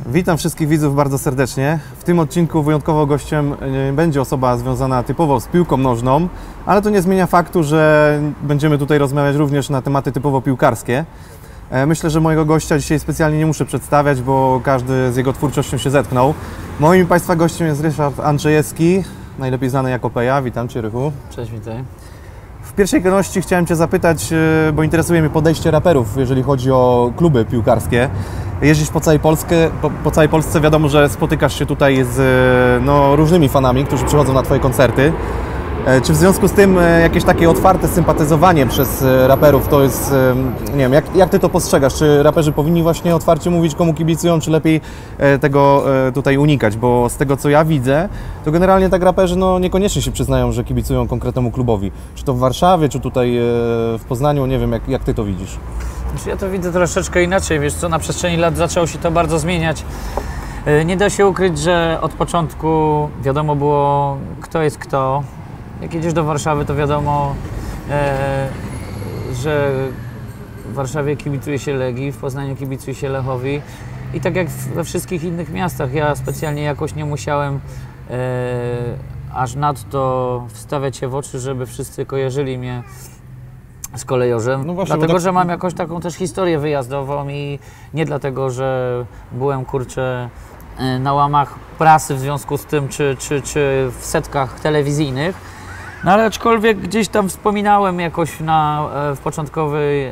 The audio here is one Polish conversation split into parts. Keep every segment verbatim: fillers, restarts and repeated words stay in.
Witam wszystkich widzów bardzo serdecznie. W tym odcinku wyjątkowo gościem będzie osoba związana typowo z piłką nożną, ale to nie zmienia faktu, że będziemy tutaj rozmawiać również na tematy typowo piłkarskie. Myślę, że mojego gościa dzisiaj specjalnie nie muszę przedstawiać, bo każdy z jego twórczością się zetknął. Moim Państwa gościem jest Ryszard Andrzejewski, najlepiej znany jako Peja. Witam Cię, Rychu. Cześć, witaj. W pierwszej kolejności chciałem Cię zapytać, bo interesuje mnie podejście raperów, jeżeli chodzi o kluby piłkarskie. Jeździsz po całej, Polsce, po, po całej Polsce, wiadomo, że spotykasz się tutaj z no, różnymi fanami, którzy przychodzą na Twoje koncerty. Czy w związku z tym jakieś takie otwarte sympatyzowanie przez raperów to jest, nie wiem, jak, jak Ty to postrzegasz? Czy raperzy powinni właśnie otwarcie mówić, komu kibicują, czy lepiej tego tutaj unikać? Bo z tego, co ja widzę, to generalnie tak raperzy no, niekoniecznie się przyznają, że kibicują konkretnemu klubowi. Czy to w Warszawie, czy tutaj w Poznaniu, nie wiem, jak, jak Ty to widzisz? Znaczy, ja to widzę troszeczkę inaczej, wiesz co, na przestrzeni lat zaczęło się to bardzo zmieniać. Nie da się ukryć, że od początku wiadomo było, kto jest kto. Jak jedziesz do Warszawy, to wiadomo, e, że w Warszawie kibicuje się Legii, w Poznaniu kibicuje się Lechowi. I tak jak we wszystkich innych miastach, ja specjalnie jakoś nie musiałem e, aż nadto wstawiać się w oczy, żeby wszyscy kojarzyli mnie z Kolejorzem, no właśnie, dlatego, tak... że mam jakąś taką też historię wyjazdową i nie dlatego, że byłem, kurczę, na łamach prasy w związku z tym, czy, czy, czy w setkach telewizyjnych, no ale aczkolwiek gdzieś tam wspominałem jakoś na, w początkowej e,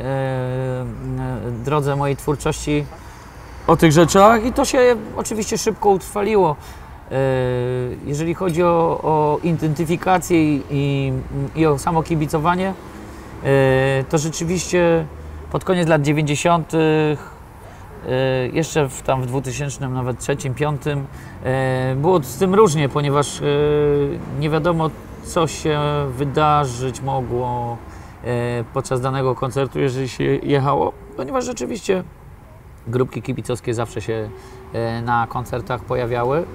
drodze mojej twórczości o tych rzeczach i to się oczywiście szybko utrwaliło. E, jeżeli chodzi o, o identyfikację i, i, i o samo kibicowanie, to rzeczywiście pod koniec lat dziewięćdziesiątych, jeszcze w, tam w dwutysięcznym, nawet trzecim, piątym, było z tym różnie, ponieważ nie wiadomo, co się wydarzyć mogło podczas danego koncertu, jeżeli się jechało, ponieważ rzeczywiście grupki kibicowskie zawsze się na koncertach pojawiały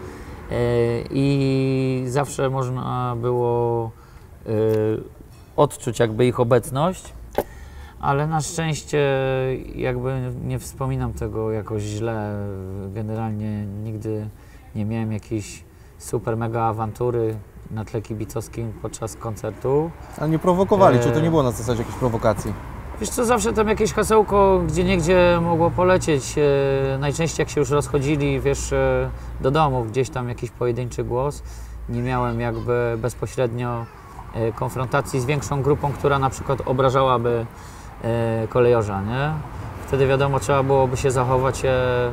i zawsze można było odczuć jakby ich obecność, ale na szczęście jakby nie wspominam tego jakoś źle. Generalnie nigdy nie miałem jakiejś super mega awantury na tle kibicowskim podczas koncertu. A nie prowokowali? E... Czy to nie było na zasadzie jakiejś prowokacji? Wiesz co, zawsze tam jakieś hasełko gdzieniegdzie mogło polecieć. E... Najczęściej jak się już rozchodzili, wiesz, e... do domu, gdzieś tam jakiś pojedynczy głos. Nie miałem jakby bezpośrednio konfrontacji z większą grupą, która na przykład obrażałaby e, Kolejorza, nie? Wtedy wiadomo, trzeba byłoby się zachować e, e,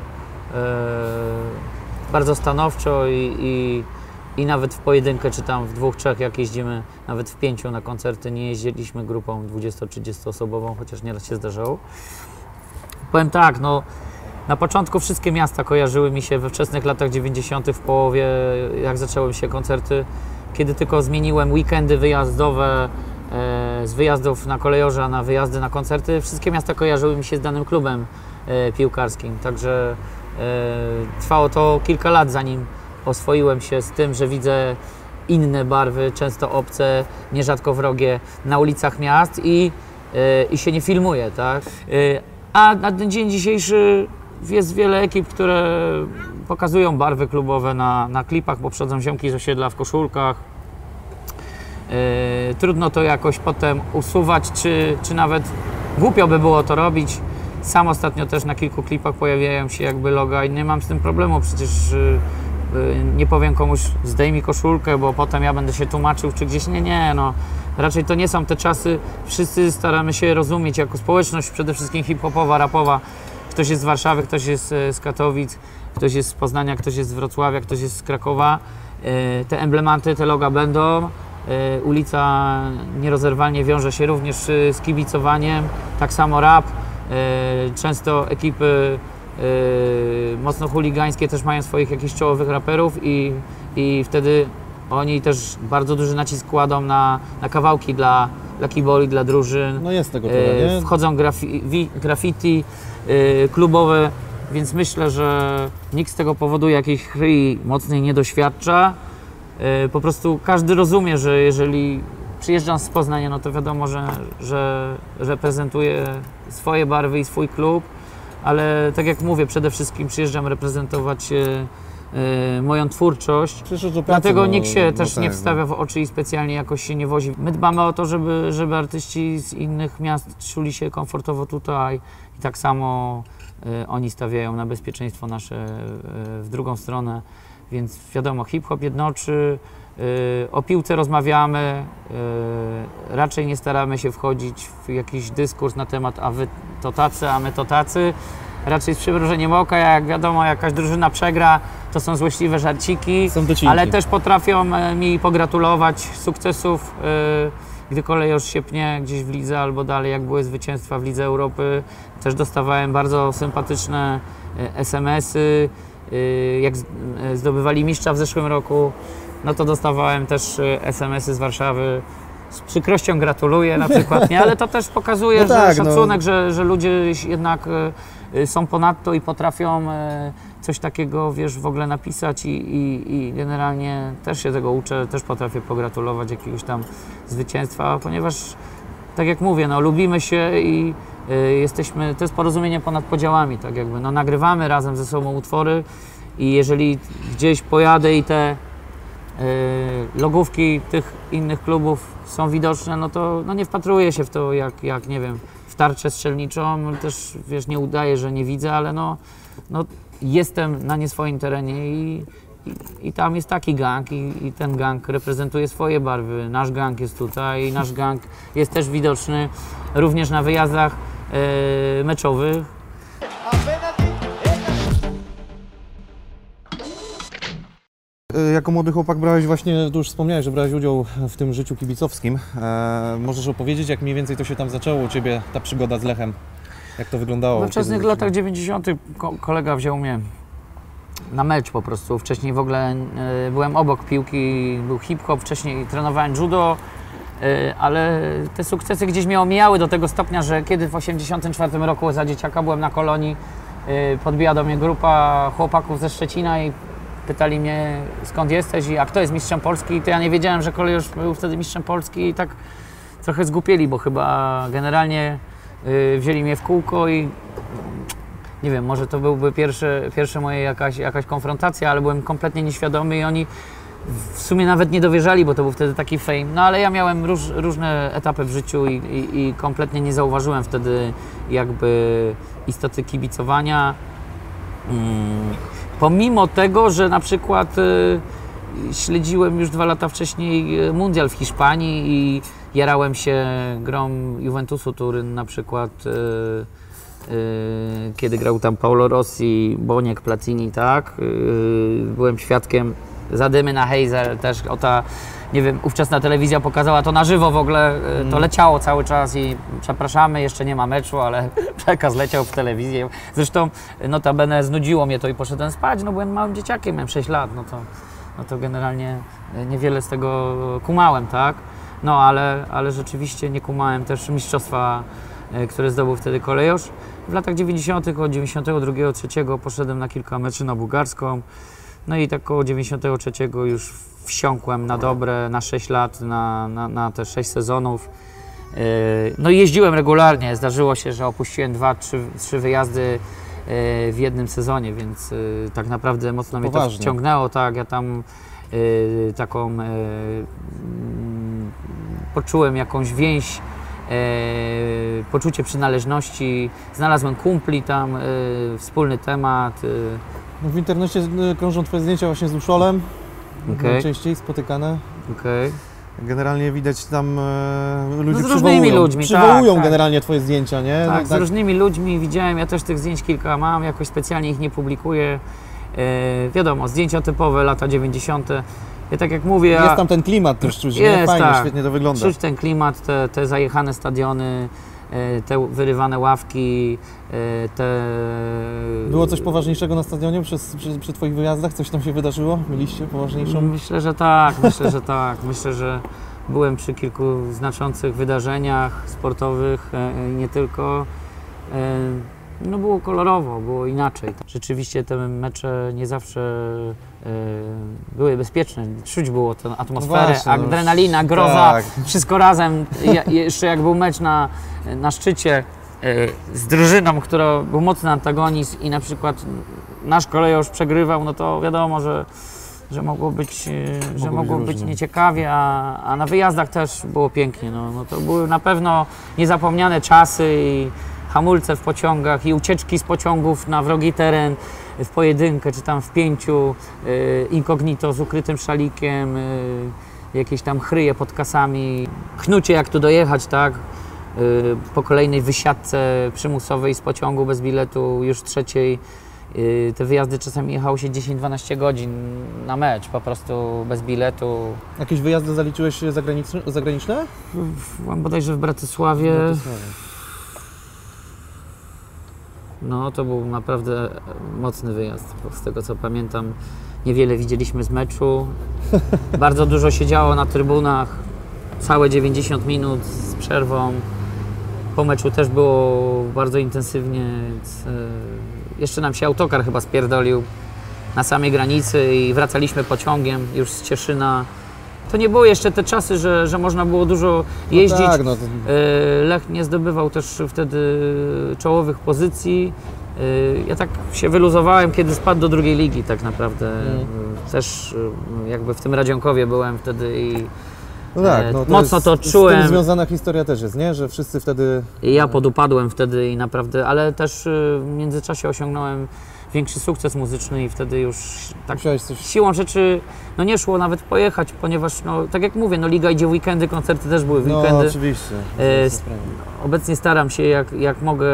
bardzo stanowczo i, i, i nawet w pojedynkę, czy tam w dwóch, trzech, jak jeździmy, nawet w pięciu na koncerty, nie jeździliśmy grupą dwudziesto-trzydziestoosobową, chociaż nieraz się zdarzało. Powiem tak, no na początku wszystkie miasta kojarzyły mi się we wczesnych latach dziewięćdziesiątych, w połowie, jak zaczęły się koncerty, kiedy tylko zmieniłem weekendy wyjazdowe e, z wyjazdów na Kolejorza na wyjazdy na koncerty, wszystkie miasta kojarzyły mi się z danym klubem e, piłkarskim. Także e, trwało to kilka lat, zanim oswoiłem się z tym, że widzę inne barwy, często obce, nierzadko wrogie na ulicach miast i, e, i się nie filmuję, tak? E, a na ten dzień dzisiejszy jest wiele ekip, które pokazują barwy klubowe na, na klipach, bo przychodzą ziomki z osiedla w koszulkach. Yy, trudno to jakoś potem usuwać, czy, czy nawet głupio by było to robić. Sam ostatnio też na kilku klipach pojawiają się jakby loga i nie mam z tym problemu. Przecież yy, yy, nie powiem komuś zdejmij koszulkę, bo potem ja będę się tłumaczył, czy gdzieś nie, nie, no. Raczej to nie są te czasy. Wszyscy staramy się rozumieć jako społeczność, przede wszystkim hip-hopowa, rapowa. Ktoś jest z Warszawy, ktoś jest z Katowic, ktoś jest z Poznania, ktoś jest z Wrocławia, ktoś jest z Krakowa. Te emblematy, te loga będą. Ulica nierozerwalnie wiąże się również z kibicowaniem. Tak samo rap. Często ekipy mocno chuligańskie też mają swoich jakichś czołowych raperów i, i wtedy oni też bardzo duży nacisk kładą na, na kawałki dla, dla kiboli, dla drużyn. No jest tego trochę, nie? Wchodzą grafi, graffiti yy, klubowe, więc myślę, że nikt z tego powodu jakiejś chryi mocnej nie doświadcza. Yy, po prostu każdy rozumie, że jeżeli przyjeżdżam z Poznania, no to wiadomo, że, że reprezentuję swoje barwy i swój klub. ale tak jak mówię, przede wszystkim przyjeżdżam reprezentować e, e, moją twórczość, Przyszedł do pracy, dlatego no, nikt się no też tak, nie no. wstawia w oczy i specjalnie jakoś się nie wozi. My dbamy o to, żeby, żeby artyści z innych miast czuli się komfortowo tutaj i tak samo e, oni stawiają na bezpieczeństwo nasze e, w drugą stronę, więc wiadomo, hip-hop jednoczy, e, o piłce rozmawiamy, e, raczej nie staramy się wchodzić w jakiś dyskurs na temat a wy to tacy, a my to tacy. Raczej z przymrużeniem oka, jak wiadomo, jakaś drużyna przegra, to są złośliwe żarciki, Są docinki. ale też potrafią e, mi pogratulować sukcesów, e, gdy Kolejorz się pnie gdzieś w lidze albo dalej, jak były zwycięstwa w Lidze Europy. Też dostawałem bardzo sympatyczne e, es em esy, e, jak z, e, zdobywali mistrza w zeszłym roku, no to dostawałem też e, es em esy z Warszawy. Z przykrością gratuluję na przykład, nie? Ale to też pokazuje, No tak, że no. szacunek, że, że ludzie jednak e, są ponadto i potrafią e, coś takiego, wiesz, w ogóle napisać i, i, i generalnie też się tego uczę, też potrafię pogratulować jakiegoś tam zwycięstwa, ponieważ tak jak mówię, no lubimy się i e, jesteśmy, to jest porozumienie ponad podziałami, tak jakby, no nagrywamy razem ze sobą utwory i jeżeli gdzieś pojadę i te Yy, logówki tych innych klubów są widoczne, no to no nie wpatruję się w to jak, jak, nie wiem, w tarczę strzelniczą, też, wiesz, nie udaję, że nie widzę, ale no, no jestem na nie swoim terenie i, i, i tam jest taki gang i, i ten gang reprezentuje swoje barwy. Nasz gang jest tutaj, nasz gang jest też widoczny również na wyjazdach yy, meczowych. Jako młody chłopak brałeś właśnie, tu już wspomniałeś, że brałeś udział w tym życiu kibicowskim. E, możesz opowiedzieć, jak mniej więcej to się tam zaczęło u Ciebie, ta przygoda z Lechem? Jak to wyglądało? We wczesnych Kiedy- latach dziewięćdziesiątych ko kolega wziął mnie na mecz po prostu. Wcześniej w ogóle e, byłem obok piłki, był hip-hop, wcześniej trenowałem judo, e, ale te sukcesy gdzieś mnie omijały do tego stopnia, że kiedy w osiemdziesiątym czwartym roku za dzieciaka byłem na kolonii, e, podbija do mnie grupa chłopaków ze Szczecina i pytali mnie, skąd jesteś i a kto jest mistrzem Polski, to ja nie wiedziałem, że Kolejorz był wtedy mistrzem Polski i tak trochę zgłupieli, bo chyba generalnie y, wzięli mnie w kółko i nie wiem, może to byłby pierwsze, pierwsze moje jakaś, jakaś konfrontacja, ale byłem kompletnie nieświadomy i oni w sumie nawet nie dowierzali, bo to był wtedy taki fame. No ale ja miałem róż, różne etapy w życiu i, i, i kompletnie nie zauważyłem wtedy jakby istoty kibicowania. Hmm. Pomimo tego, że na przykład y, śledziłem już dwa lata wcześniej mundial w Hiszpanii i jarałem się grą Juventusu Turyn na przykład, y, y, kiedy grał tam Paolo Rossi, Boniek, Platini, tak? Y, byłem świadkiem zadymy na Heizer, też o ta, nie wiem, ówczesna telewizja pokazała to na żywo w ogóle, mm. to leciało cały czas i przepraszamy, jeszcze nie ma meczu, ale przekaz leciał w telewizję. Zresztą notabene znudziło mnie to i poszedłem spać, no byłem małym dzieciakiem, miałem sześć lat, no to, no to generalnie niewiele z tego kumałem, tak? No ale, ale rzeczywiście nie kumałem też mistrzostwa, które zdobył wtedy Kolejorz. W latach dziewięćdziesiątych, od dziewięćdziesiątego drugiego trzeciego poszedłem na kilka meczy na Bułgarską. No i tak około dziewięćdziesiątego trzeciego już wsiąkłem na dobre, na sześć lat, na, na, na te sześć sezonów. Yy, no i jeździłem regularnie. Zdarzyło się, że opuściłem dwa, trzy, trzy wyjazdy yy, w jednym sezonie, więc yy, tak naprawdę mocno mnie Poważnie. to wciągnęło. Tak, ja tam yy, taką yy, poczułem jakąś więź, yy, poczucie przynależności. Znalazłem kumpli tam, yy, wspólny temat. Yy, W internecie y, krążą Twoje zdjęcia właśnie z Uszolem, Okay. najczęściej spotykane. Okay. Generalnie widać tam e, ludzie No z różnymi przywołują, ludźmi, przywołują tak, generalnie Twoje zdjęcia, nie? Tak, No, z różnymi ludźmi widziałem, ja też tych zdjęć kilka mam, jakoś specjalnie ich nie publikuję. E, wiadomo, zdjęcia typowe, lata dziewięćdziesiąte. Ja tak jak mówię... Jest ja, tam ten klimat też czuć, nie? jest, Fajnie, tak. świetnie to wygląda. Czuć ten klimat, te, te zajechane stadiony, e, te wyrywane ławki, e, te... Było coś poważniejszego na stadionie przy, przy, przy Twoich wyjazdach? Coś tam się wydarzyło? Mieliście poważniejszą? Myślę, że tak, myślę, że tak. Myślę, że byłem przy kilku znaczących wydarzeniach sportowych, e, nie tylko. E, no było kolorowo, było inaczej. Rzeczywiście te mecze nie zawsze e, były bezpieczne. Czuć było tę atmosferę, No właśnie, adrenalina, no, groza, tak. wszystko razem. Ja, jeszcze jak był mecz na, na szczycie, z drużyną, która był mocny antagonizm i na przykład nasz kolejorz przegrywał, no to wiadomo, że, że mogło być, że mogło być nieciekawie, a, a na wyjazdach też było pięknie. No, no to były na pewno niezapomniane czasy i hamulce w pociągach i ucieczki z pociągów na wrogi teren w pojedynkę, czy tam w pięciu, y, incognito z ukrytym szalikiem, y, jakieś tam chryje pod kasami, knucie jak tu dojechać, tak? Y, po kolejnej wysiadce przymusowej z pociągu bez biletu, już trzeciej. Y, te wyjazdy czasami jechało się dziesięć dwanaście godzin na mecz, po prostu bez biletu. Jakieś wyjazdy zaliczyłeś zagraniczne? zagraniczne? Byłem bodajże w Bratysławie. W Bratysławie. No to był naprawdę mocny wyjazd, bo z tego co pamiętam niewiele widzieliśmy z meczu. Bardzo dużo się działo na trybunach, całe dziewięćdziesiąt minut z przerwą. Po meczu też było bardzo intensywnie, więc jeszcze nam się autokar chyba spierdolił na samej granicy i wracaliśmy pociągiem już z Cieszyna. To nie było jeszcze te czasy, że, że można było dużo jeździć. No tak, no to... Lech nie zdobywał też wtedy czołowych pozycji. Ja tak się wyluzowałem, kiedy spadł do drugiej ligi tak naprawdę. Mm. Też jakby w tym Radzionkowie byłem wtedy i no tak, no to mocno jest, to odczułem. Z tym związana historia też jest, nie? Że wszyscy wtedy... I ja podupadłem wtedy i naprawdę, ale też w międzyczasie osiągnąłem większy sukces muzyczny i wtedy już tak coś... siłą rzeczy no nie szło nawet pojechać, ponieważ no, tak jak mówię, no liga idzie w weekendy, koncerty też były w weekendy. No oczywiście. E, obecnie staram się jak, jak mogę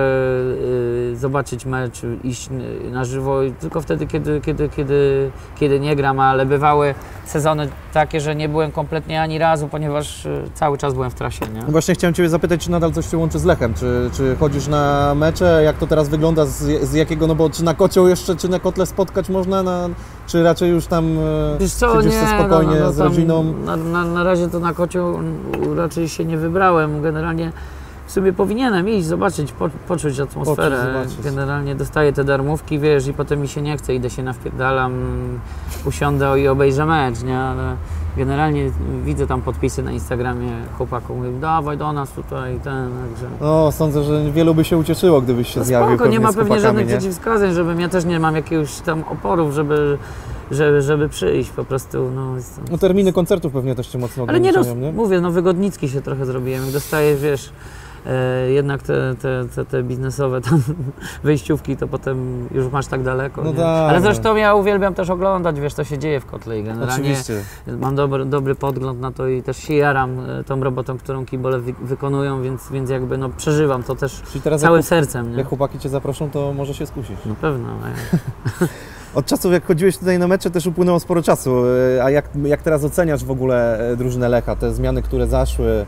e, zobaczyć mecz, iść na żywo, tylko wtedy, kiedy, kiedy, kiedy, kiedy nie gram, ale bywały sezony takie, że nie byłem kompletnie ani razu, ponieważ e, cały czas byłem w trasie. Nie? No właśnie chciałem Ciebie zapytać, czy nadal coś Cię łączy z Lechem, czy, czy chodzisz na mecze, jak to teraz wygląda, z, z jakiego, no bo czy na kocioł jeszcze, czy na kotle spotkać można, na, czy raczej już tam Wiesz co, siedzisz nie, spokojnie no, no, no, z rodziną? Na, na, na razie to na kocioł raczej się nie wybrałem, generalnie w sumie powinienem iść, zobaczyć, po, poczuć atmosferę. Poczuć, generalnie dostaję te darmówki, wiesz, i potem mi się nie chce, idę się nawpierdalam, usiądę i obejrzę mecz, nie, ale generalnie widzę tam podpisy na Instagramie chłopaków, mówię, dawaj do nas tutaj, ten, także... No, sądzę, że wielu by się ucieszyło, gdybyś się no zjawił. Spoko, nie ma pewnie żadnych nie? przeciwwskazań, żebym ja też nie mam jakiegoś tam oporów, żeby, żeby, żeby przyjść po prostu, no... Jest, no terminy koncertów pewnie też Cię mocno ale nie, ograniczają, no, nie? mówię, no wygodnicki się trochę zrobiłem, jak dostaję, wiesz, e, jednak te, te, te, te biznesowe tam wejściówki, to potem już masz tak daleko, no nie? Tak, ale zresztą ja uwielbiam też oglądać, wiesz, co się dzieje w kotle i generalnie Oczywiście. mam dobry, dobry podgląd na to i też się jaram e, tą robotą, którą kibole wy, wykonują, więc, więc jakby no przeżywam to też całym jak, sercem, nie? Jak chłopaki Cię zaproszą, to może się skusisz. No pewno. Ja. Od czasu, jak chodziłeś tutaj na mecze, też upłynęło sporo czasu. A jak, jak teraz oceniasz w ogóle drużynę Lecha, te zmiany, które zaszły?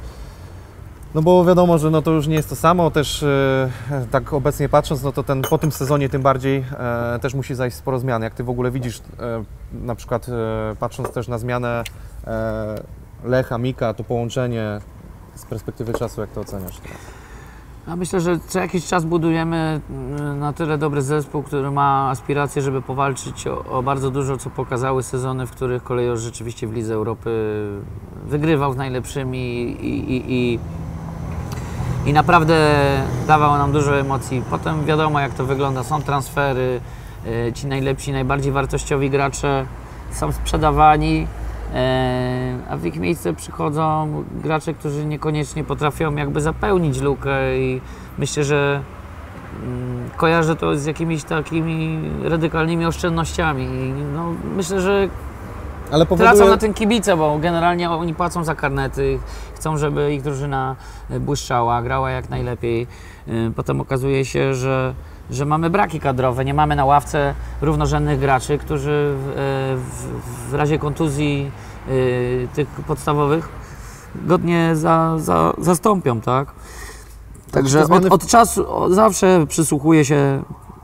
No bo wiadomo, że no to już nie jest to samo, też e, tak obecnie patrząc, no to ten, po tym sezonie tym bardziej e, też musi zajść sporo zmian. Jak Ty w ogóle widzisz, e, na przykład e, patrząc też na zmianę e, Lecha, Mika, to połączenie z perspektywy czasu, jak to oceniasz teraz? Ja myślę, że co jakiś czas budujemy na tyle dobry zespół, który ma aspiracje, żeby powalczyć o, o bardzo dużo, co pokazały sezony, w których kolejorz rzeczywiście w Lidze Europy wygrywał z najlepszymi i, i, i, i naprawdę dawało nam dużo emocji. Potem wiadomo, jak to wygląda, są transfery, ci najlepsi, najbardziej wartościowi gracze są sprzedawani, a w ich miejsce przychodzą gracze, którzy niekoniecznie potrafią jakby zapełnić lukę i myślę, że mm, kojarzę to z jakimiś takimi radykalnymi oszczędnościami. No, myślę, że Ale powoduje... tracą na tym kibice, bo generalnie oni płacą za karnety, chcą, żeby ich drużyna błyszczała, grała jak najlepiej. Potem okazuje się, że że mamy braki kadrowe, nie mamy na ławce równorzędnych graczy, którzy w, w, w razie kontuzji y, tych podstawowych godnie za, za, zastąpią, tak? Także od, od czasu od zawsze przysłuchuję się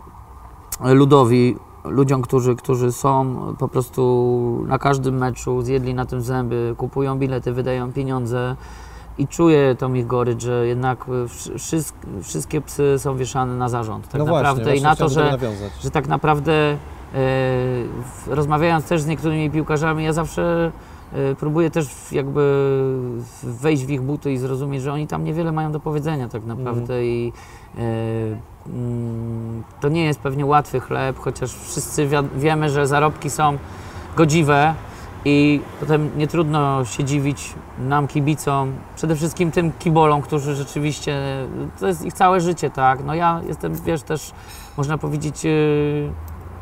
ludowi, ludziom, którzy, którzy są po prostu na każdym meczu, zjedli na tym zęby, kupują bilety, wydają pieniądze. I czuję tą ich gorycz, że jednak wszystkie, wszystkie psy są wieszane na zarząd. Tak no naprawdę właśnie, i na to, że, nawiązać. że tak naprawdę e, rozmawiając też z niektórymi piłkarzami, ja zawsze y, próbuję też jakby wejść w ich buty i zrozumieć, że oni tam niewiele mają do powiedzenia tak naprawdę mm. i y, y, to nie jest pewnie łatwy chleb, chociaż wszyscy wi wiemy, że zarobki są godziwe i potem nie trudno się dziwić nam kibicom, przede wszystkim tym kibolom, którzy rzeczywiście, to jest ich całe życie, tak, no ja jestem, wiesz, też można powiedzieć, y,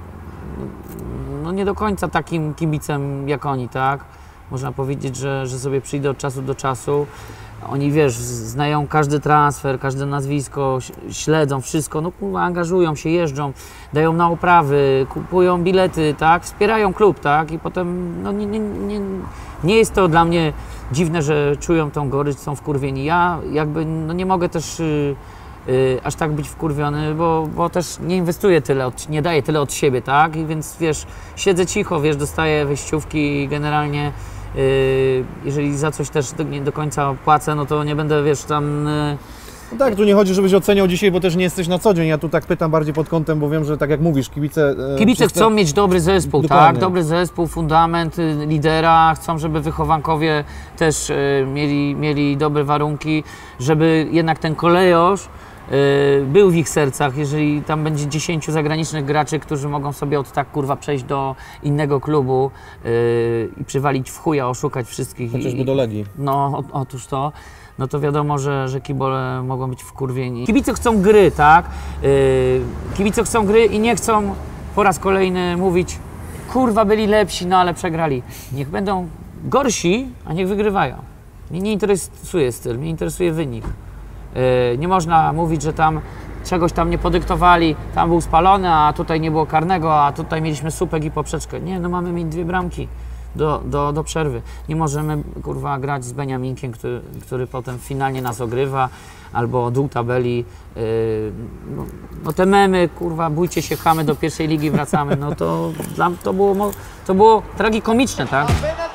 no nie do końca takim kibicem jak oni, tak? Można powiedzieć, że, że sobie przyjdę od czasu do czasu. Oni, wiesz, znają każdy transfer, każde nazwisko, śledzą wszystko, no kurwa, angażują się, jeżdżą, dają na oprawy, kupują bilety, tak? Wspierają klub, tak? I potem, no nie, nie, nie, nie jest to dla mnie dziwne, że czują tą gorycz, są wkurwieni. Ja jakby, no nie mogę też yy, yy, aż tak być wkurwiony, bo, bo też nie inwestuję tyle, od, nie daję tyle od siebie, tak? I więc, wiesz, siedzę cicho, wiesz, dostaję wejściówki i generalnie Yy, jeżeli za coś też do, nie do końca płacę, no to nie będę, wiesz, tam... Yy... No tak, tu nie chodzi, żebyś oceniał dzisiaj, bo też nie jesteś na co dzień. Ja tu tak pytam bardziej pod kątem, bo wiem, że tak jak mówisz, kibice... Yy, kibice wszyscy... chcą mieć dobry zespół, Dokładnie. tak? Dobry zespół, fundament, yy, lidera. Chcą, żeby wychowankowie też yy, mieli, mieli dobre warunki, żeby jednak ten kolejorz Yy, był w ich sercach, jeżeli tam będzie dziesięciu zagranicznych graczy, którzy mogą sobie od tak kurwa przejść do innego klubu yy, i przywalić w chuja, oszukać wszystkich. Chociażby i, do Legii. No, o, otóż to. No to wiadomo, że, że kibole mogą być wkurwieni. Kibice chcą gry, tak? Yy, kibice chcą gry i nie chcą po raz kolejny mówić kurwa byli lepsi, no ale przegrali. Niech będą gorsi, a niech wygrywają. Mnie nie interesuje styl, mnie interesuje wynik. Nie można mówić, że tam czegoś tam nie podyktowali, tam był spalony, a tutaj nie było karnego, a tutaj mieliśmy słupek i poprzeczkę. Nie, no mamy mieć dwie bramki do, do, do przerwy. Nie możemy, kurwa, grać z Beniaminkiem, który, który potem finalnie nas ogrywa, albo dół tabeli. Yy, no, no te memy, kurwa, bójcie się, chamy, do pierwszej ligi wracamy, no to dla to było, to było tragikomiczne, tak?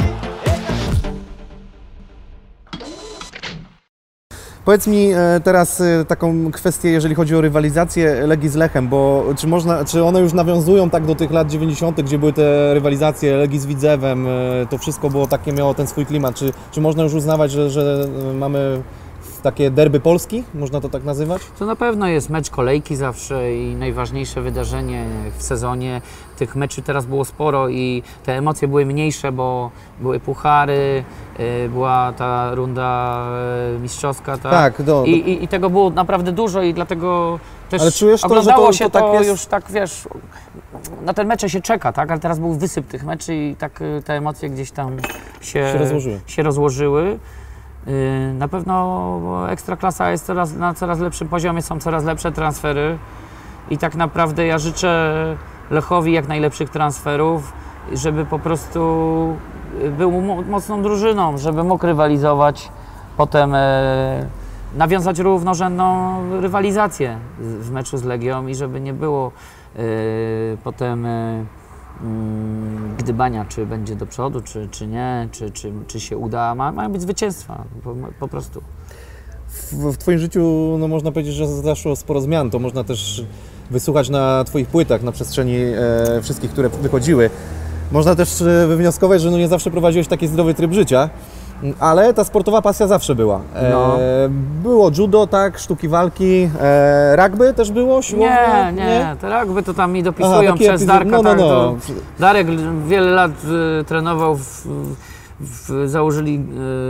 Powiedz mi teraz taką kwestię, jeżeli chodzi o rywalizację Legii z Lechem, bo czy można, czy one już nawiązują tak do tych lat dziewięćdziesiątych, gdzie były te rywalizacje Legii z Widzewem, to wszystko było takie, miało ten swój klimat, czy, czy można już uznawać, że, że mamy takie derby Polski, można to tak nazywać? To na pewno jest mecz kolejki zawsze i najważniejsze wydarzenie w sezonie. Tych meczy teraz było sporo i te emocje były mniejsze, bo były puchary, była ta runda mistrzowska. Tak, tak do, I, i, I tego było naprawdę dużo i dlatego też ale czujesz to, oglądało że to, się to, to tak jest... już tak, wiesz, na ten mecze się czeka, tak, ale teraz był wysyp tych meczy i tak te emocje gdzieś tam się, się rozłożyły. Się rozłożyły. Na pewno Ekstraklasa jest coraz, na coraz lepszym poziomie, są coraz lepsze transfery i tak naprawdę ja życzę Lechowi jak najlepszych transferów, żeby po prostu był mocną drużyną, żeby mógł rywalizować, potem e, nawiązać równorzędną rywalizację w meczu z Legią i żeby nie było e, potem e, gdybania, czy będzie do przodu, czy, czy nie, czy, czy, czy się uda. Ma, mają być zwycięstwa, po, po prostu. W, w Twoim życiu, no można powiedzieć, że zaszło sporo zmian. To można też wysłuchać na Twoich płytach, na przestrzeni e, wszystkich, które wychodziły. Można też e, wywnioskować, że no nie zawsze prowadziłeś taki zdrowy tryb życia, ale ta sportowa pasja zawsze była. E, no. Było judo, tak, sztuki walki, e, rugby też było? Siłownia? Nie, nie, nie, te rugby to tam mi dopisują. Aha, przez Darka. No, no, tak, no. Darek wiele lat y, trenował, w, w, założyli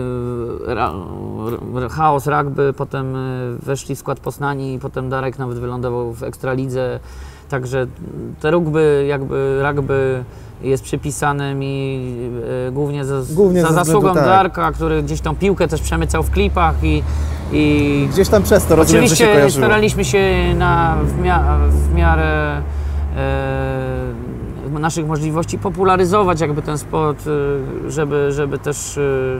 y, ra, r, chaos rugby, potem y, weszli w skład Poznani i potem Darek nawet wylądował w Ekstralidze. Także te rugby, jakby rugby jest przypisane mi y, głównie za, głównie za zasługą względu, tak. Darka, który gdzieś tą piłkę też przemycał w klipach i, i gdzieś tam przez to rozumiem, że się kojarzyło. Oczywiście staraliśmy się na, w, mia, w miarę e, naszych możliwości popularyzować jakby ten sport, żeby, żeby też e,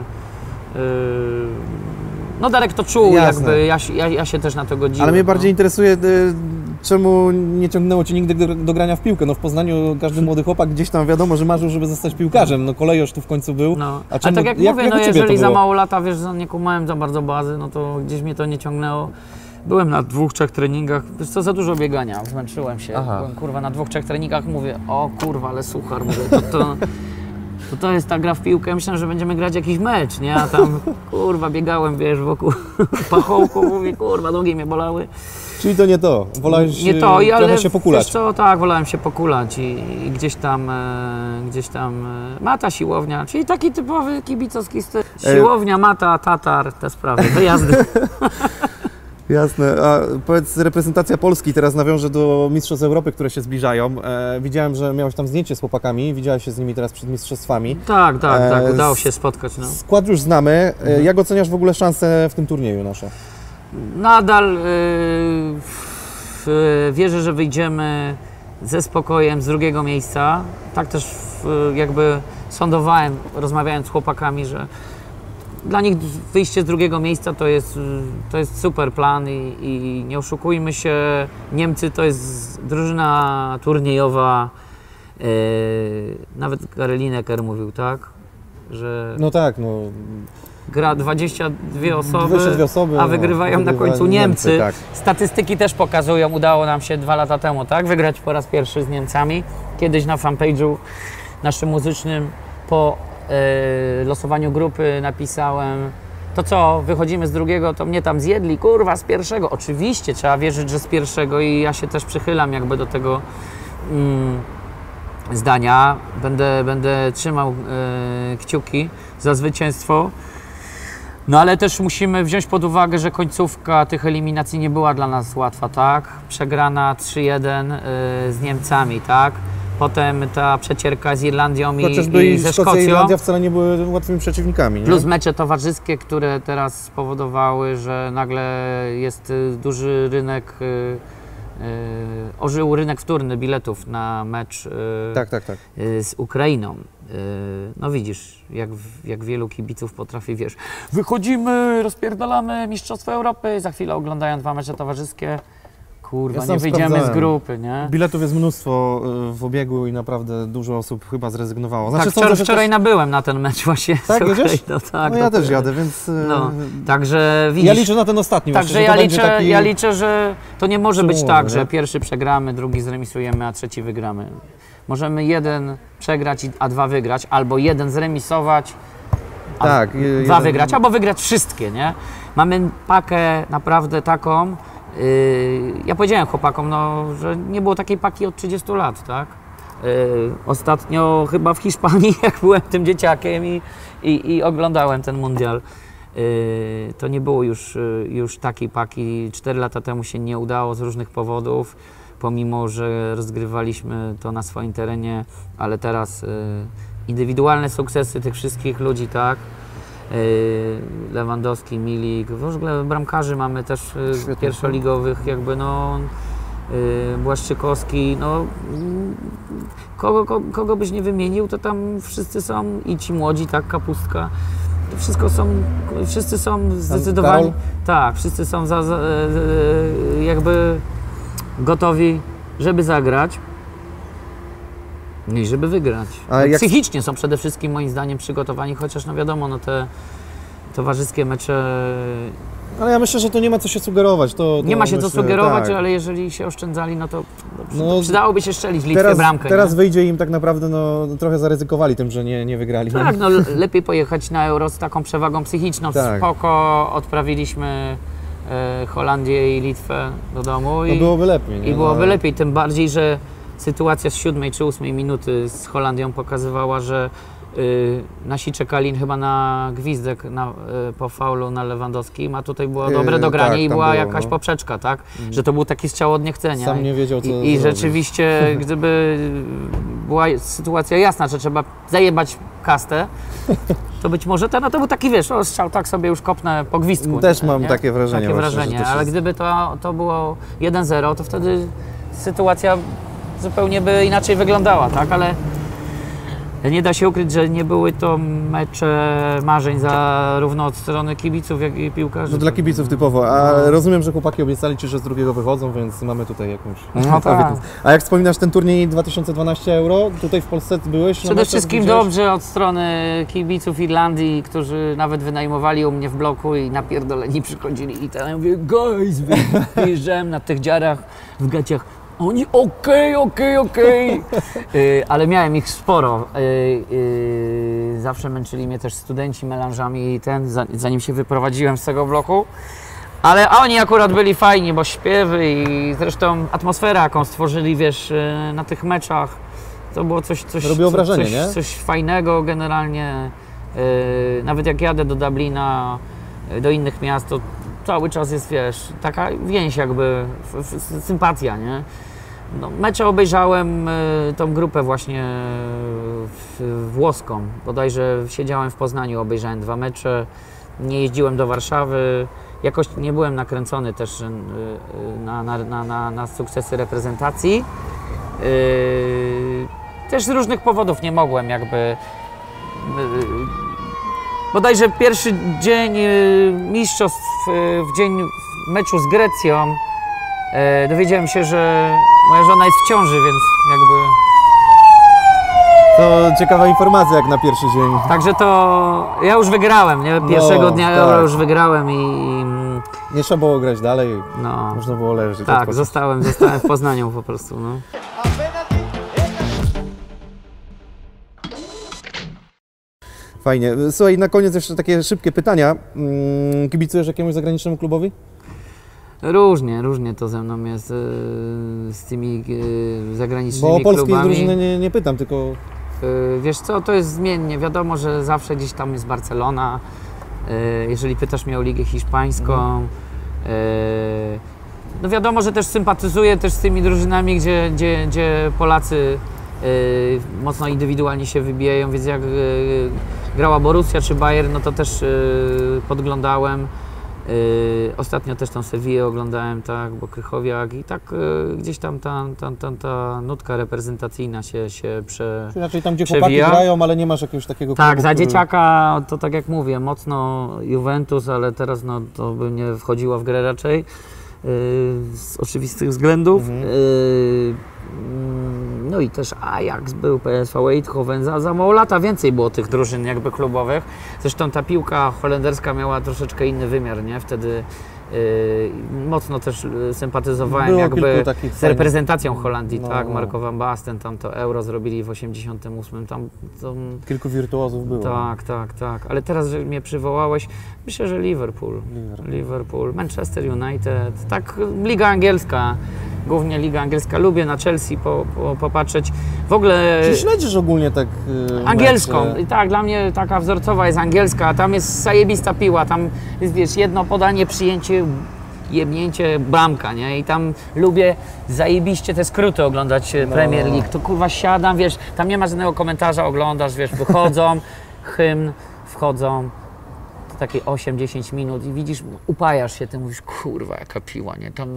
no Darek to czuł, Jasne. jakby ja, ja, ja się też na to godziłem. Ale mnie bardziej no. interesuje, czemu nie ciągnęło Cię nigdy do, do grania w piłkę? No w Poznaniu każdy młody chłopak gdzieś tam wiadomo, że marzył, żeby zostać piłkarzem. No kolejorz tu w końcu był. No. A czemu, Ale tak jak, jak mówię, jak no jeżeli za było? mało lata, wiesz, nie kumałem za bardzo bazy, no to gdzieś mnie to nie ciągnęło. Byłem na dwóch, trzech treningach, wiesz co, za dużo biegania, zmęczyłem się. Aha. Byłem kurwa na dwóch, trzech treningach, mówię, o kurwa, ale suchar, mówię, to, to, to to jest ta gra w piłkę, myślałem, że będziemy grać jakiś mecz, nie? A tam, kurwa, biegałem, wiesz, wokół pachołku, mówię, kurwa, nogi mnie bolały. Czyli to nie to, wolałeś Nie to, i ale trochę się pokulać. Wiesz co, tak, wolałem się pokulać i, i gdzieś tam, e, gdzieś tam e, mata, siłownia, czyli taki typowy kibicowski styl. Siłownia, mata, tatar, te sprawy, wyjazdy. Jasne, a powiedz, reprezentacja Polski, teraz nawiążę do Mistrzostw Europy, które się zbliżają. E, widziałem, że miałeś tam zdjęcie z chłopakami, widziałeś się z nimi teraz przed mistrzostwami. Tak, tak, E, tak, udało się spotkać. No. Skład już znamy. E, jak oceniasz w ogóle szanse w tym turnieju nasze? Nadal y, w, wierzę, że wyjdziemy ze spokojem z drugiego miejsca. Tak też w, jakby sądowałem, rozmawiając z chłopakami, że dla nich wyjście z drugiego miejsca to jest, to jest super plan i, i nie oszukujmy się, Niemcy to jest drużyna turniejowa. Yy, nawet Gary Lineker mówił, tak? Że No tak, no. gra dwadzieścia dwie osoby, dwadzieścia dwie osoby a wygrywają no, na końcu Niemcy. Niemcy. Tak. Statystyki też pokazują, udało nam się dwa lata temu, tak? Wygrać po raz pierwszy z Niemcami. Kiedyś na fanpage'u naszym muzycznym po e, losowaniu grupy napisałem: to co, wychodzimy z drugiego, to mnie tam zjedli, kurwa, z pierwszego. Oczywiście, trzeba wierzyć, że z pierwszego i ja się też przychylam jakby do tego mm, zdania. Będę, będę trzymał e, kciuki za zwycięstwo. No ale też musimy wziąć pod uwagę, że końcówka tych eliminacji nie była dla nas łatwa, tak? Przegrana trzy jeden y, z Niemcami, tak? Potem ta przecierka z Irlandią i, Chociażby i i ze Szkocja i Szkocją. Irlandia wcale nie były łatwymi przeciwnikami. Nie? Plus mecze towarzyskie, które teraz spowodowały, że nagle jest y, duży rynek, y, y, ożył rynek wtórny biletów na mecz y, Tak, tak, tak. y, z Ukrainą. No widzisz, jak, jak wielu kibiców potrafi, wiesz, wychodzimy, rozpierdalamy Mistrzostwo Europy, za chwilę oglądają dwa mecze towarzyskie, kurwa, Ja nie wyjdziemy sprawdzałem. z grupy, nie? Biletów jest mnóstwo y, w obiegu i naprawdę dużo osób chyba zrezygnowało. Znaczy, Tak, sądzę, wczoraj, że wczoraj też... nabyłem na ten mecz właśnie. Tak, Słuchaj, jedziesz? no, tak, No ja to- też jadę, więc... y, No, także widzisz, Ja liczę na ten ostatni także właśnie, że ja to będzie liczę, taki... ja liczę, że to nie może być przełomowy, tak, że nie? pierwszy przegramy, drugi zremisujemy, a trzeci wygramy. Możemy jeden przegrać, i- a dwa wygrać, albo jeden zremisować, a Tak, je- dwa jeden- wygrać, albo wygrać wszystkie, nie? Mamy pakę naprawdę taką, yy, ja powiedziałem chłopakom, no, że nie było takiej paki od trzydziestu lat, tak? Yy, ostatnio chyba w Hiszpanii, jak byłem tym dzieciakiem i, i, i oglądałem ten mundial, yy, to nie było już, yy, już takiej paki. Cztery lata temu się nie udało z różnych powodów, pomimo że rozgrywaliśmy to na swoim terenie, ale teraz yy, indywidualne sukcesy tych wszystkich ludzi, tak? Yy, Lewandowski, Milik, w ogóle bramkarzy mamy też yy, Świetnie. pierwszoligowych, jakby no yy, Błaszczykowski, no mm, kogo, kogo, kogo byś nie wymienił, to tam wszyscy są i ci młodzi, tak, Kapustka, to wszystko są, wszyscy są zdecydowani, Karol? tak, wszyscy są za, za, yy, jakby gotowi, żeby zagrać. I żeby wygrać. A No, jak- psychicznie są przede wszystkim moim zdaniem przygotowani, chociaż no wiadomo, no te towarzyskie mecze, Ale ja myślę, że to nie ma co się sugerować. To, to nie ma się co myślę, sugerować, tak. ale jeżeli się oszczędzali, no to no, No, przydałoby się strzelić Litwie Teraz, bramkę. teraz nie? wyjdzie im tak naprawdę, no trochę zaryzykowali tym, że nie, nie wygrali. Tak, no le- lepiej pojechać na Euro z taką przewagą psychiczną. Tak. Spoko, odprawiliśmy e, Holandię i Litwę do domu No i, byłoby lepiej. Nie? i byłoby No, lepiej, tym bardziej, że sytuacja z siódmej czy ósmej minuty z Holandią pokazywała, że y, nasi czekali chyba na gwizdek na, y, po faulu na Lewandowskim, a tutaj było dobre Yy, dogranie tak, i tam była było, jakaś no. poprzeczka, tak? Że to był taki strzał od niechcenia. Sam nie wiedział, co I, i zrobić. rzeczywiście, gdyby była sytuacja jasna, że trzeba zajebać kastę, to być może ten, no to był taki, wiesz, o, strzał tak sobie już kopnę po gwizdku. Też nie? mam Nie? takie wrażenie Takie właśnie, że wrażenie, to się ale z- gdyby to, to było jeden zero, to wtedy sytuacja zupełnie by inaczej wyglądała, tak? Ale nie da się ukryć, że nie były to mecze marzeń zarówno od strony kibiców, jak i piłkarzy. No dla kibiców typowo, a No. rozumiem, że chłopaki obiecali Ci, że z drugiego wychodzą, więc mamy tutaj jakąś No tak. obietnicę. A jak wspominasz ten turniej dwa tysiące dwanaście Euro, tutaj w Polsce byłeś? na Przede meczach, wszystkim widziałeś? dobrze od strony kibiców Irlandii, którzy nawet wynajmowali u mnie w bloku i napierdoleni przychodzili i tam ja mówię, guys, wy- wyjeżdżałem na tych dziarach w gaciach, Oni okej, okej, okej. Y, Ale miałem ich sporo. Y, y, Zawsze męczyli mnie też studenci melanżami i ten, za- zanim się wyprowadziłem z tego bloku. Ale oni akurat byli fajni, bo śpiewy i zresztą atmosfera, jaką stworzyli, wiesz, y, na tych meczach, to było coś, coś, Robiło co- wrażenie, coś, nie? coś fajnego generalnie. Y, Nawet jak jadę do Dublina, y, do innych miast, to cały czas jest, wiesz, taka więź jakby, f, f, sympatia, nie? No, mecze obejrzałem, y, tą grupę właśnie y, włoską, bodajże siedziałem w Poznaniu, obejrzałem dwa mecze, nie jeździłem do Warszawy, jakoś nie byłem nakręcony też y, y, na, na, na, na, na sukcesy reprezentacji. Y, Też z różnych powodów nie mogłem jakby. y, Bodajże pierwszy dzień y, mistrzostw, y, w dzień meczu z Grecją, y, dowiedziałem się, że moja żona jest w ciąży, więc jakby... To ciekawa informacja jak na pierwszy dzień. Także to ja już wygrałem, nie? Pierwszego No, dnia tak. Euro już wygrałem i... i Nie trzeba było grać dalej, no, można było leżeć. tak, odpocząć. zostałem, zostałem w Poznaniu po prostu, no. Fajnie. Słuchaj, na koniec jeszcze takie szybkie pytania. Mm, Kibicujesz jakiemuś zagranicznemu klubowi? Różnie, różnie to ze mną jest y, z tymi y, zagranicznymi Bo o polskiej klubami. drużyny nie, nie pytam, tylko... Y, Wiesz co, to jest zmiennie. Wiadomo, że zawsze gdzieś tam jest Barcelona. Y, Jeżeli pytasz mnie o Ligę Hiszpańską. y, No wiadomo, że też sympatyzuję też z tymi drużynami, gdzie, gdzie, gdzie Polacy y, mocno indywidualnie się wybijają, więc jak y, grała Borussia czy Bayern, no to też y, podglądałem. Y, Ostatnio też tą Sewillę oglądałem, tak, bo Krychowiak i tak y, gdzieś tam ta, ta, ta, ta nutka reprezentacyjna się, się prze... Czyli raczej tam, gdzie Przewija. chłopaki grają, ale nie masz jakiegoś takiego Tak, klubu, za który- dzieciaka to tak jak mówię, mocno Juventus, ale teraz no, to by nie wchodziło w grę raczej yy, z oczywistych względów. Mhm. Yy, mm, no i też Ajax był, P S V Eindhoven, za, za mało lata więcej było tych drużyn jakby klubowych. Zresztą ta piłka holenderska miała troszeczkę inny wymiar, nie? Wtedy yy, mocno też yy, sympatyzowałem Było jakby kilku takich z fajnych- reprezentacją Holandii, No. tak? Marco van Basten tam to Euro zrobili w osiemdziesiątym ósmym, tam to, Kilku wirtuozów było. tak, tak, tak. Ale teraz, że mnie przywołałeś, myślę, że Liverpool. Liverpool. Liverpool, Manchester United, tak, Liga Angielska, głównie Liga Angielska. Lubię na Chelsea po, po, popatrzeć. W ogóle Czy śledzisz ogólnie tak yy, angielską. mecze? I tak, dla mnie taka wzorcowa jest angielska. Tam jest zajebista piła, tam jest, wiesz, jedno podanie, przyjęcie, jebnięcie, bramka, nie? I tam lubię zajebiście te skróty oglądać No. Premier League. To kurwa siadam, wiesz, tam nie ma żadnego komentarza, oglądasz, wiesz, wychodzą, hymn, wchodzą, to takie osiem dziesięć minut i widzisz, upajasz się, ty mówisz, kurwa, jaka piła, nie? Tam,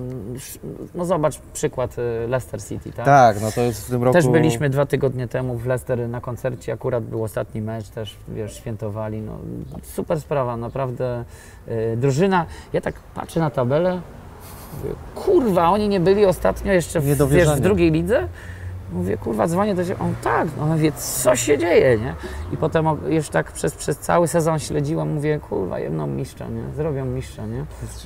no zobacz przykład y, Leicester City, tak? Tak, no to jest w tym roku... Też byliśmy dwa tygodnie temu w Leicester na koncercie, akurat był ostatni mecz, też, wiesz, świętowali, no super sprawa, naprawdę. Yy, drużyna, ja tak patrzę na tabelę, mówię, kurwa, oni nie byli ostatnio jeszcze w, wiesz, Niedowierzanie. w drugiej lidze? Mówię, kurwa, dzwonię do ciebie, on tak, no mówię, co się dzieje, nie? I potem o- już tak przez, przez cały sezon śledziłem, mówię, kurwa, jedną mistrza, nie? Zrobią mistrza, nie?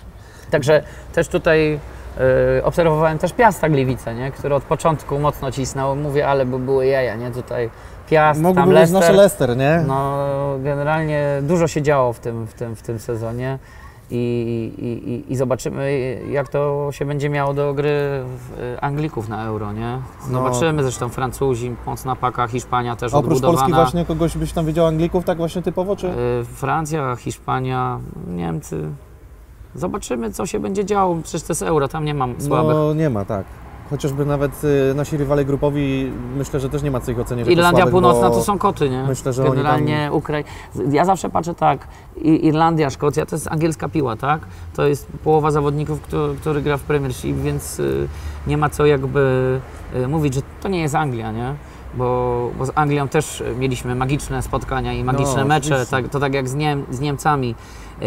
Także też tutaj y, obserwowałem też Piasta Gliwice, nie? Który od początku mocno cisnął. Mówię, ale by były jaja, nie? Tutaj Piast, Mógłby tam być Leicester. nasze Leicester, nie? No generalnie dużo się działo w tym, w tym, w tym sezonie i, i, i, i zobaczymy, jak to się będzie miało do gry w Anglików na Euro, nie? Zobaczymy, zresztą Francuzi, mocna paka, Hiszpania też Oprócz odbudowana. Polski właśnie kogoś byś tam wiedział Anglików tak właśnie typowo, czy? Y, Francja, Hiszpania, Niemcy. Zobaczymy, co się będzie działo. Przecież to jest Euro, tam nie mam słabych. No nie ma, tak. Chociażby nawet y, nasi rywale grupowi, myślę, że też nie ma co ich oceniać jako Irlandia słabych, Północna bo to są koty, nie? myślę, że oni Generalnie Ukrai... Ja zawsze patrzę tak, I- Irlandia, Szkocja to jest angielska piła, tak? To jest połowa zawodników, który, który gra w Premiership, więc y, nie ma co jakby y, mówić, że to nie jest Anglia, nie? Bo, bo z Anglią też mieliśmy magiczne spotkania i magiczne No, mecze, oczywiście. tak, to tak jak z, Niem, z Niemcami. Yy,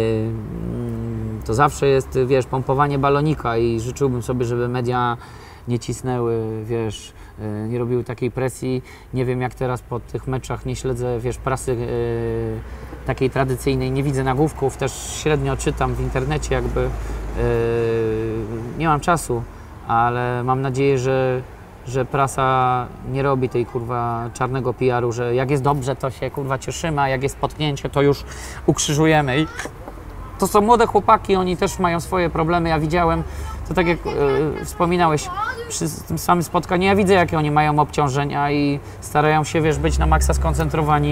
mm, to zawsze jest, wiesz, pompowanie balonika i życzyłbym sobie, żeby media nie cisnęły, wiesz, yy, nie robiły takiej presji. Nie wiem jak teraz po tych meczach, nie śledzę, wiesz, prasy yy, takiej tradycyjnej, nie widzę nagłówków, też średnio czytam w internecie jakby, yy, nie mam czasu. ale mam nadzieję, że, że prasa nie robi tej kurwa czarnego P R u, że jak jest dobrze, to się kurwa cieszymy, a jak jest potknięcie, to już ukrzyżujemy. I to są młode chłopaki, oni też mają swoje problemy. Ja widziałem, to tak jak e, wspominałeś przy tym samym spotkaniu, ja widzę, jakie oni mają obciążenia i starają się, wiesz, być na maksa skoncentrowani.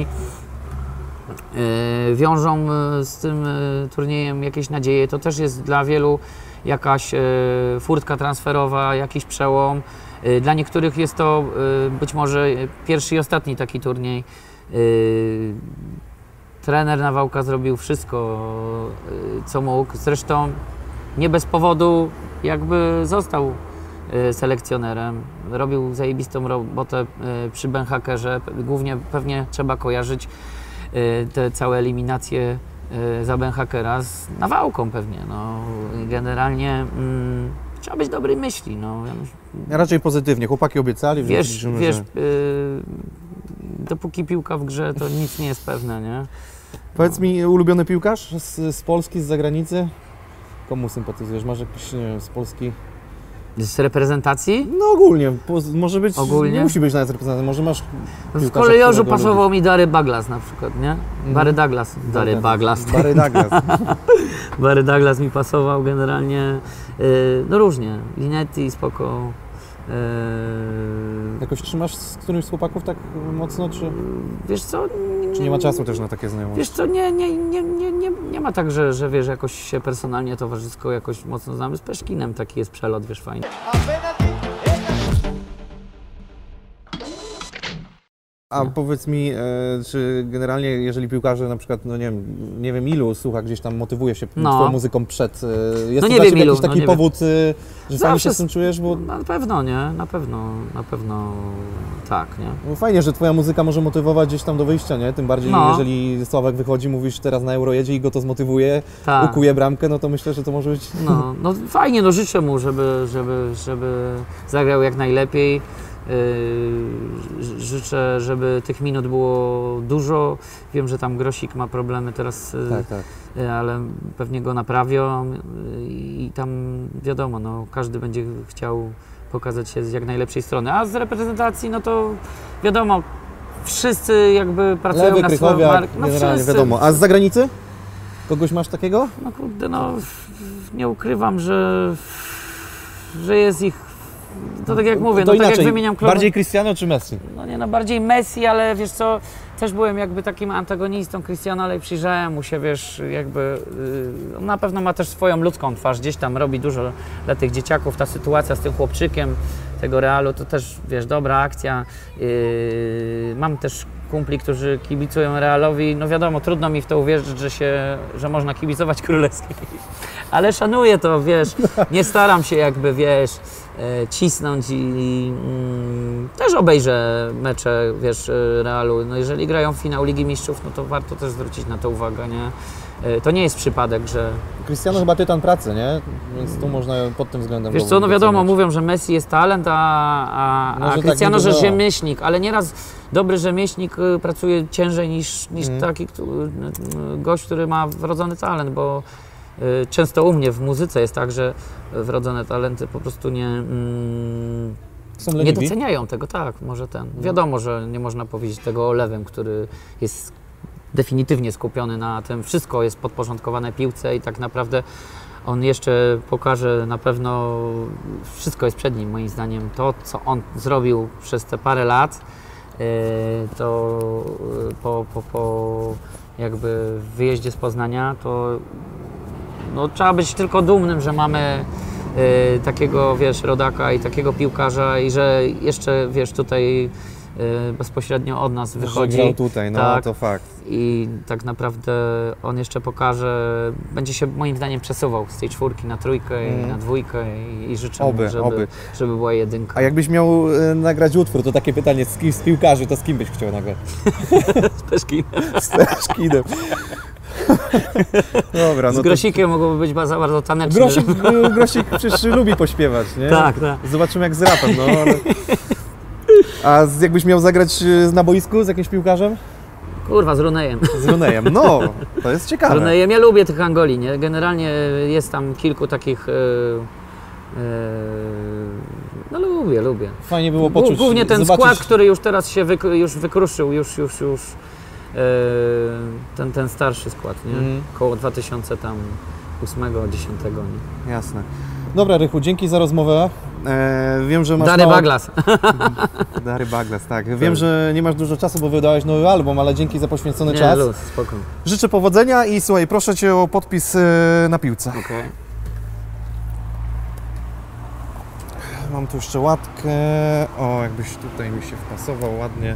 E, wiążą e, z tym e, turniejem jakieś nadzieje. To też jest dla wielu jakaś e, furtka transferowa, jakiś przełom. E, dla niektórych jest to e, być może pierwszy i ostatni taki turniej. E, trener Nawałka zrobił wszystko, e, co mógł. Zresztą nie bez powodu jakby został e, selekcjonerem. Robił zajebistą robotę e, przy Benhakerze. Głównie pewnie trzeba kojarzyć te całe eliminacje za Benhakera z Nawałką pewnie. No, generalnie mm, trzeba być dobrej myśli. No. Ja raczej pozytywnie. Chłopaki obiecali. Wiesz, liczymy, wiesz że... y, dopóki piłka w grze, to nic nie jest pewne, nie? Powiedz mi, ulubiony piłkarz z, z Polski, z zagranicy? Komu sympatyzujesz? Masz jakiś, nie wiem, z Polski? Z reprezentacji? No ogólnie, po, może być, Ogólnie? nie musi być nawet reprezentantem, może masz W kolejorzu pasował mi Dary Baglas na przykład, nie? Mhm. Barry Douglas. Dary Baglas. Barry Douglas. Barry Douglas mi pasował generalnie, yy, no różnie. Linetti, spoko. Yy, Jakoś trzymasz z którymś z chłopaków tak mocno, czy, wiesz co? czy nie ma czasu też na takie znajomości? Wiesz co, nie, nie, nie, nie, nie, nie ma tak, że, że wiesz, jakoś się personalnie, towarzysko jakoś mocno znamy. Z Peszkinem taki jest przelot, wiesz, fajnie. A powiedz mi, e, czy generalnie, jeżeli piłkarze na przykład, no nie wiem, nie wiem ilu słucha gdzieś tam, motywuje się No. twoją muzyką przed, e, jest No to nie dla wiem ciebie ilu, jakiś taki no nie powód, e, że fajnie się Zawsze z tym czujesz, bo Na pewno, nie? Na pewno, na pewno tak, nie? no fajnie, że twoja muzyka może motywować gdzieś tam do wyjścia, nie? Tym bardziej, No. jeżeli Sławek wychodzi, mówisz teraz na Euro jedzie i go to zmotywuje, Tak. ukuje bramkę, no to myślę, że to może być... No, no fajnie, no życzę mu, żeby, żeby, żeby zagrał jak najlepiej. Yy, życzę, żeby tych minut było dużo. Wiem, że tam Grosik ma problemy teraz, yy, Tak, tak. yy, ale pewnie go naprawią yy, i tam wiadomo, no, każdy będzie chciał pokazać się z jak najlepszej strony. A z reprezentacji, no to wiadomo, wszyscy jakby pracują Lewy, na swoją Krychowiak, markę. No generalnie wszyscy. wiadomo. A z zagranicy? Kogoś masz takiego? No kurde, no nie ukrywam, że, że jest ich, to tak jak mówię, to no inaczej, tak jak wymieniam kluby. bardziej Cristiano czy Messi? No nie, no bardziej Messi, ale wiesz co, też byłem jakby takim antagonistą Cristiano, ale przyjrzałem mu się, wiesz, jakby yy, on na pewno ma też swoją ludzką twarz, gdzieś tam robi dużo dla tych dzieciaków, ta sytuacja z tym chłopczykiem tego Realu, to też, wiesz, dobra akcja. Yy, mam też kumpli, którzy kibicują Realowi, no wiadomo, trudno mi w to uwierzyć, że się, że można kibicować Królewskiej, ale szanuję to, wiesz, nie staram się jakby, wiesz, e, cisnąć i, i mm, też obejrzę mecze, wiesz, Realu. No jeżeli grają w finał Ligi Mistrzów, no to warto też zwrócić na to uwagę, nie? E, to nie jest przypadek, że... Cristiano chyba tytan pracy, nie? Więc tu można pod tym względem... Wiesz co, no wiadomo, mówią, że Messi jest talent, a, a, Może a tak Cristiano, nie że bywa. rzemieślnik, ale nieraz dobry rzemieślnik y, pracuje ciężej niż, niż Mhm. taki który, y, gość, który ma wrodzony talent, bo y, często u mnie w muzyce jest tak, że wrodzone talenty po prostu nie, mm, Są nie leniwi? doceniają tego, tak, może ten. Wiadomo, że nie można powiedzieć tego o Lewym, który jest definitywnie skupiony na tym, wszystko jest podporządkowane piłce i tak naprawdę on jeszcze pokaże na pewno, wszystko jest przed nim moim zdaniem. To, co on zrobił przez te parę lat, yy, to yy, po, po, po jakby wyjeździe z Poznania, to no, trzeba być tylko dumnym, że mamy yy, takiego, wiesz, rodaka i takiego piłkarza i że jeszcze, wiesz, tutaj yy, bezpośrednio od nas wychodzi. Że grał tutaj, no Tak. to fakt. I tak naprawdę on jeszcze pokaże, będzie się moim zdaniem przesuwał z tej czwórki na trójkę i Mm. na dwójkę i, i życzę Oby, mu, żeby, oby. żeby była jedynka. A jakbyś miał e, nagrać utwór, to takie pytanie, z kim z piłkarzy, to z kim byś chciał nagrać? Z Peszkinem. Z Peszkinem. Dobra, Z no to... Grosikiem mogłoby być bardzo, bardzo taneczny. Grosik, e, Grosik przecież lubi pośpiewać, nie? Tak, tak. Zobaczymy jak z rapem, no ale... A z, jakbyś miał zagrać e, na boisku z jakimś piłkarzem? Kurwa, z Runejem. Z Runejem, no, to jest Z ciekawe. Runejem. Ja lubię tych Angoli, nie? Generalnie jest tam kilku takich No lubię, lubię. Fajnie było poczuć. Głównie ten zobaczyć... skład, który już teraz się wyk już wykruszył, już, już, już yy, ten, ten starszy skład, nie? Mm. Koło dwa tysiące ósmego, dziesiątego. Nie? Jasne. Dobra, Rychu, dzięki za rozmowę. E, wiem, że masz Dary mało... Baglas. Dary Baglas, tak. Wiem, że nie masz dużo czasu, bo wydałeś nowy album, ale dzięki za poświęcony Nie, czas. luz, spoko. Życzę powodzenia i słuchaj, proszę Cię o podpis e, na piłce. Okay. Mam tu jeszcze łatkę. O, jakbyś tutaj mi się wpasował ładnie.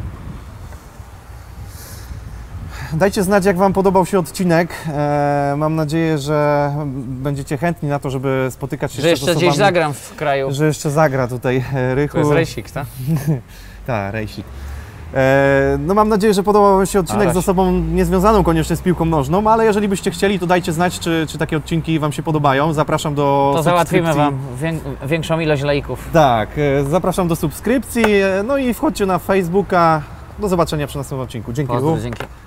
Dajcie znać, jak Wam podobał się odcinek. E, mam nadzieję, że będziecie chętni na to, żeby spotykać się że z jeszcze osobami, gdzieś zagram w kraju. Że jeszcze zagra tutaj Rychu. To jest rejsik, tak? Tak, rejsik. E, no mam nadzieję, że podobał Wam się odcinek Araś. z osobą niezwiązaną koniecznie z piłką nożną, ale jeżeli byście chcieli, to dajcie znać, czy, czy takie odcinki Wam się podobają. Zapraszam do To załatwimy subskrypcji. Wam wię większą ilość lajków. Tak, e, zapraszam do subskrypcji, e, no i wchodźcie na Facebooka. Do zobaczenia przy następnym odcinku. Dzięki. Pozdro, dzięki.